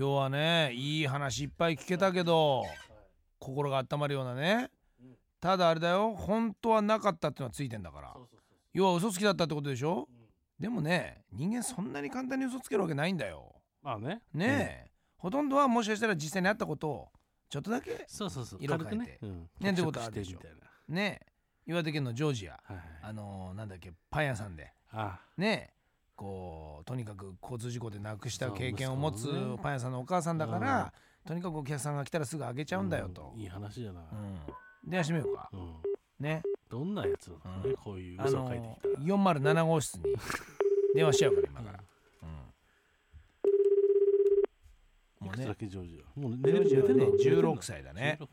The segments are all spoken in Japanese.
今日はねいい話いっぱい聞けたけど、心が温まるようなね。ただあれだよ、本当はなかったってのはついてんだから。要は嘘つきだったってことでしょ。でもね、人間そんなに簡単に嘘つけるわけないんだよ。 まあね。 ねえ、ほとんどはもしかしたら実際にあったことをちょっとだけそう色変えてねってことあるでしょ。ねえ、岩手県のジョージア、なんだっけ、パン屋さんでねえ、こうとにかく交通事故で亡くした経験を持つパン屋さんのお母さんだから、とにかくお客さんが来たらすぐあげちゃうんだよと。 いい話じゃない。 電話してみようか。ね、 どんなやつなのね、こういう嘘を書いてきたら。 407号室に電話しちゃうから今から。 もうね、ジョージアもう寝てるね。16歳だね。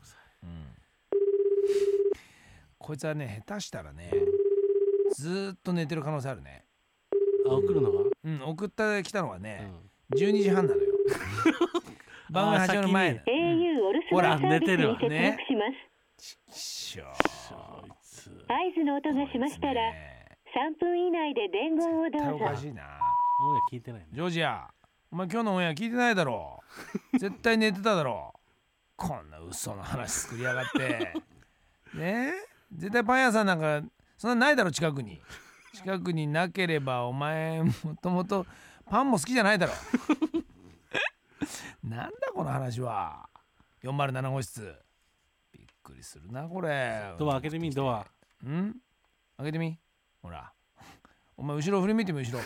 こいつはね、下手したらね、ずーっと寝てる可能性あるね。 送るのが？ 送ってきたのはね、12時半なのよ。番組始まる前な。 ほら、寝てるわね。 合図の音がしましたら、3分以内で伝言をどうぞ。 おかしいな。 オンエア聞いてないね。 ジョージア、お前今日のオンエア聞いてないだろう。絶対寝てただろう。こんな嘘の話作りやがって。ねえ、絶対パン屋さんなんかそんなないだろ。近くになければお前もともとパンも好きじゃないだろ。なんだこの話は。407号室、びっくりするなこれ。 ドア開けてみ。ドア開けてみ。ほら、お前後ろ振り向いてみ。後ろ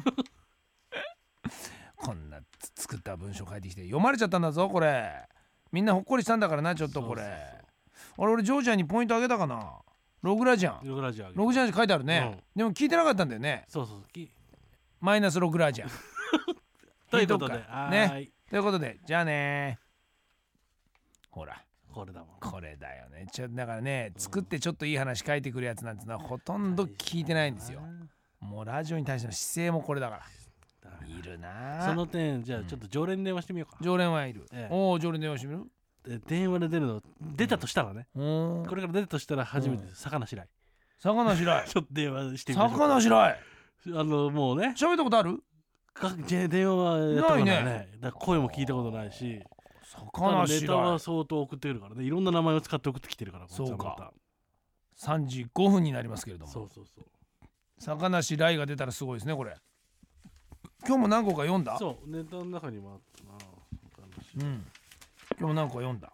こんな作った文章書いてきて読まれちゃったんだぞこれ。みんなほっこりしたんだからな。ちょっとこれ俺ジョージアにポイントあげたかな。ログラジャンって書いてあるね。でも聞いてなかったんだよね。マイナス6ラジャン。 ということでね。ということでじゃあね。ほらこれだもん。 これだよね。だからね、作ってちょっといい話書いてくるやつなんてのはほとんど聞いてないんですよ。もうラジオに対しての姿勢もこれだから。いるな。 その点じゃあちょっと常連電話してみようか。 常連はいる。常連電話してみる。 電話で出たとしたらね、これから出たとしたら初めて魚白井ちょっと電話してみましょう。 魚白井もうね、 喋ったことある？ 電話はやったことないね。だから声も聞いたことないし、 魚白井ネタは相当送ってくるからね。いろんな名前を使って送ってきてるから。 そうか。3時5分になりますけれども、魚白井が出たらすごいですねこれ。今日も何個か読んだ？ そう、ネタの中にもあったな。 今日も何個か読んだ。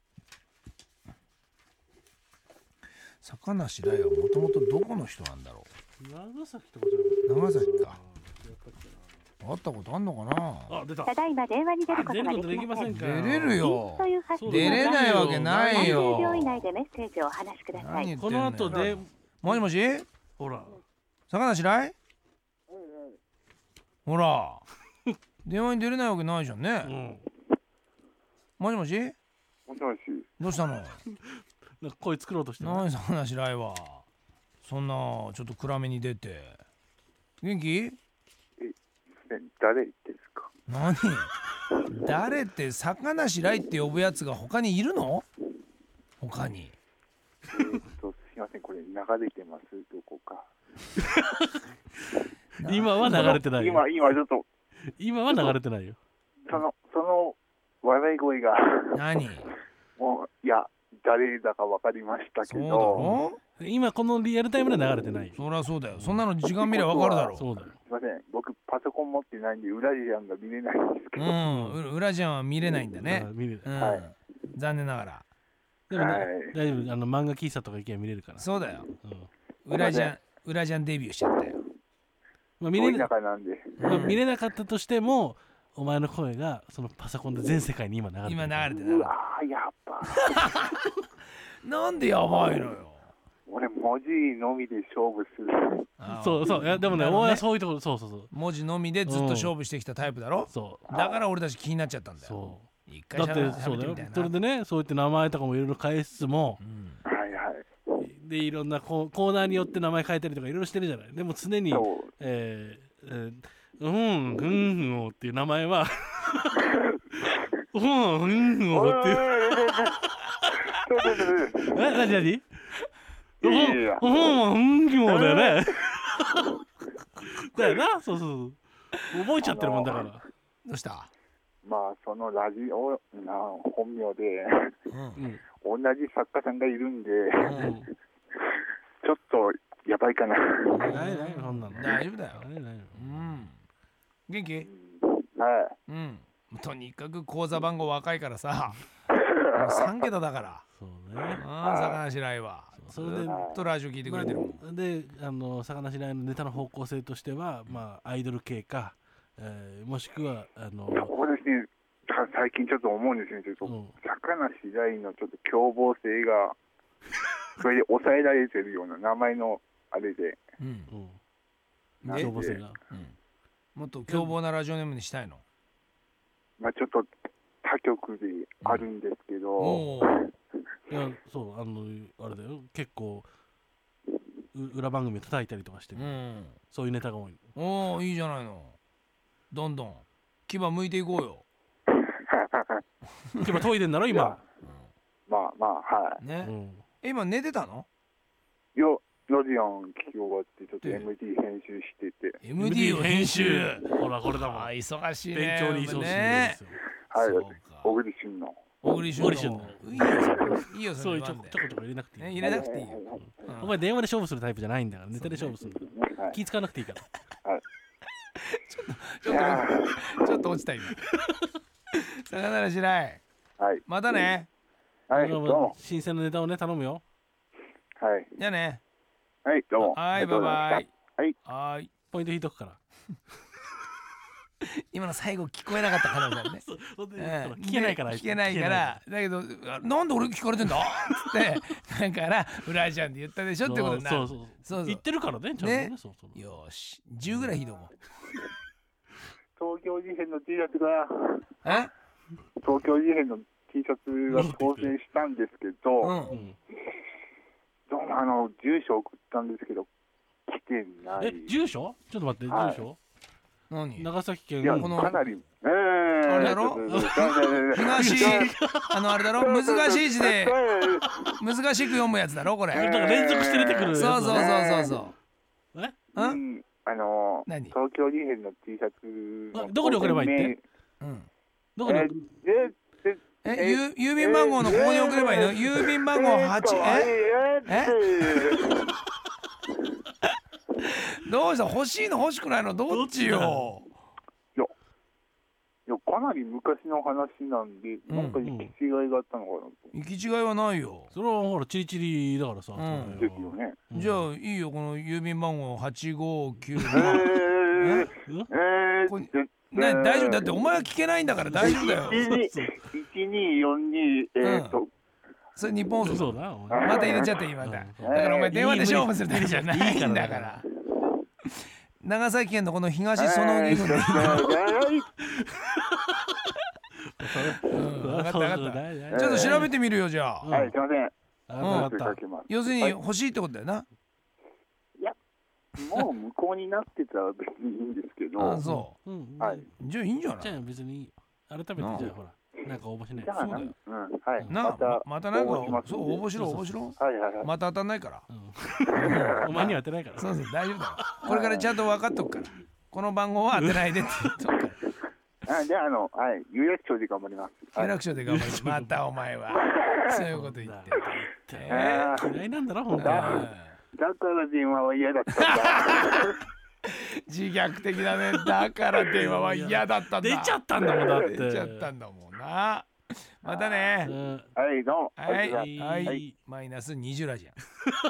魚白井はもともとどこの人なんだろう。長崎とかじゃな長崎か。会ったことあんのかな。 出た。 ただいま電話に出ることができませんか。 出れるよ。出れないわけないよ。 30秒以内でメッセージをお話しください。 この後でもしもし。 ほら。 魚白井。ほら。電話に出れないわけないじゃんね。もしもし。 もしもし。 どうしたの。 なんか声作ろうとしてる。 何魚白井は。そんなちょっと暗めに出て。元気？ 誰ですか？ 何？誰って魚白井って呼ぶやつが他にいるの？他に。 すいません、これ流れてます？どこか。 今は流れてないよ。 今ちょっと。 今は流れてないよ。 その笑い声が何？ もういや誰だか分かりましたけど。 今このリアルタイムで流れてないよ。 そりゃそうだよ。そんなの時間見れば分かるだろう。 そうだよ。 すいません、僕パソコン持ってないんでウラジアンが見れないんですけど。 ウラジアンは見れないんだね。残念ながら。 でも大丈夫。漫画喫茶とか行けば見れるから。 そうだよ。ウラジアンデビューしちゃったよ。 見れなかったとしても、お前の声がそのパソコンで全世界に今流れてる。 今流れてる。 うわー、やっぱなんでやばいのよ。 俺文字のみで勝負する。 そういやでもね、お前はそういうところ。そう文字のみでずっと勝負してきたタイプだろ。だから俺たち気になっちゃったんだよ。一回だってそうだよ。それでね、そうやって名前とかもいろいろ変えつつも、でいろんなコーナーによって名前変えたりとかいろいろしてるじゃない。でも常にっていう名前はっていう何だよね。だよな。そう覚えちゃってるもんだから。 どうした？ まあそのラジオな本名でうん、 同じ作家さんがいるんで、 うん、 ちょっとやばいかな。 ないそんなの大丈夫だよ。 ないうん。元気？ はい。 うん。とにかく口座番号若いからさ、もう3桁だから。 そうね。 魚白井は。それでずっとラジオ聞いてくれてるもん。 で、魚白井のネタの方向性としては、まあアイドル系か、もしくはそうですね。最近ちょっと思うんですね。ちょっと魚白井のちょっと凶暴性がそれで抑えられてるような名前のあれで。 凶暴性が。 もっと凶暴なラジオネームにしたいの？ まあちょっと他局であるんですけど、 いやそうあれだよ、結構裏番組叩いたりとかしてる、そういうネタが多い。 おお、いいじゃないの。どんどん牙向いていこうよ。 牙研いでんだろ今。 まあまあはいね、今寝てたの？ いや、ラジアン聞き終わってちょっと MD 編集してて。 MD を編集。 ほらこれだもん。 忙しいね。 勉強に忙しいですよ。 はい、小栗旬の。 小栗旬の。いいよ、 そういうちょこちょこ入れなくていい。 入れなくていいよ。 お前電話で勝負するタイプじゃないんだから、ネタで勝負するんだから。気使わなくていいから。はい。 ちょっと落ちた今。さよなら白井。 はい。 またね。 はい、どうも。 新鮮なネタをね頼むよ。 はい。 じゃあね。 はい、どうも。 はい、バイバイ。 はい。 ポイント引いとくから。 今の最後聞こえなかった可能性あるね。 聞けないから。 聞けないから。だけどなんで俺聞かれてんだってだから裏ジャンで言ったでしょってことになる。 そう言ってるからね。ちゃんとね。 よし、10ぐらい引いとこう。 東京事変の T シャツが東京事変の T シャツが当選したんですけど、どうも住所送ったんですけど来てない。 住所？ちょっと待って、住所？ 何？ 長崎県このかなりあれだろ？東あれだろ？難しい字で難しく読むやつだろこれ。 だから連続して出てくる。 そう。 何？東京事変の T シャツどこに送ればいいって？どこに？ 郵便番号のここに送ればいいの？郵便番号8どうした？欲しいの欲しくないのどっちよ？ いやかなり昔の話なんで、なんか行き違いがあったのかなと。 行き違いはないよ。 それはほらチリチリだからさ。 ですよね。 じゃあいいよ、この郵便番号859。大丈夫だってお前は聞けないんだから大丈夫だよ。 1242 それ日本放送。 そうだ。 また入れちゃって今だ。だからお前電話で勝負するだけじゃないんだから。長崎県のこの東その2分で分かった。ちょっと調べてみるよじゃあ。 はい、すいません。 要するに欲しいってことだよな。 いや、もう無効になってたら別にいいんですけど。 あ、そう。はい。じゃあいいんじゃない？ じゃあ別に改めてじゃあほら。なんか応募しない。 そうだよ。 はい。 またなんかそう応募しろ。また当たんないから。 お前には当てないから。 そう大丈夫だよ。これからちゃんと分かっとくから。この番号は当てないでって言っとくから。 じゃあ有楽町で頑張ります。 有楽町で頑張ります。またお前はそういうこと言って。 嫌いなんだろ本当に。だから電話は嫌だったんだ。 自虐的だね。だから電話は嫌だったんだ。 出ちゃったんだもんだって。 出ちゃったんだもんな。またね。 はいどうも。 はい。マイナス20ラジア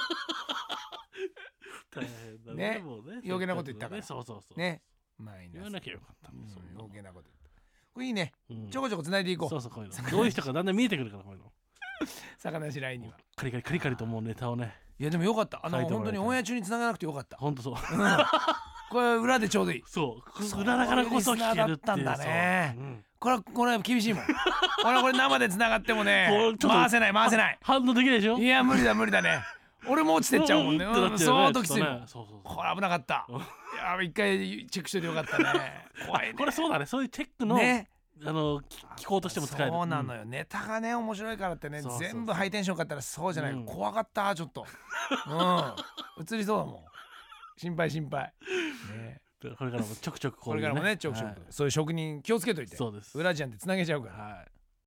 ン。ね。余計なこと言ったから。 そう。 ね。マイナス。 言わなきゃよかった。 余計なこと言った。これいいね。ちょこちょこ繋いでいこう。 そうこういうの。どういう人かだんだん見えてくるからこういうの。 魚白井には。 カリカリともうネタをね。 いやでもよかった。本当にオンエア中に繋がなくてよかった。 本当そう。 これ裏でちょうどいい。 そう。裏だからこそ聞けるっていう。 だったんだね。これ厳しいもん。これ生で繋がってもね、回せない。 反応できないでしょ。 いや無理だね。俺も落ちてっちゃうもんね。そうときついもん。これ危なかった。やばい、一回チェックしといてよかったね。怖いね。 これそうだね。そういうチェックの聞こうとしても使える。 そうなのよ。ネタがね面白いからってね、全部ハイテンションかったらそうじゃない。怖かったちょっと。映りそうだもん。心配。ね。 これからもちょくちょくこれからもねちょくちょく、そういう職人気をつけといて、 そうです、 ウラジアンでつなげちゃうから。 はい。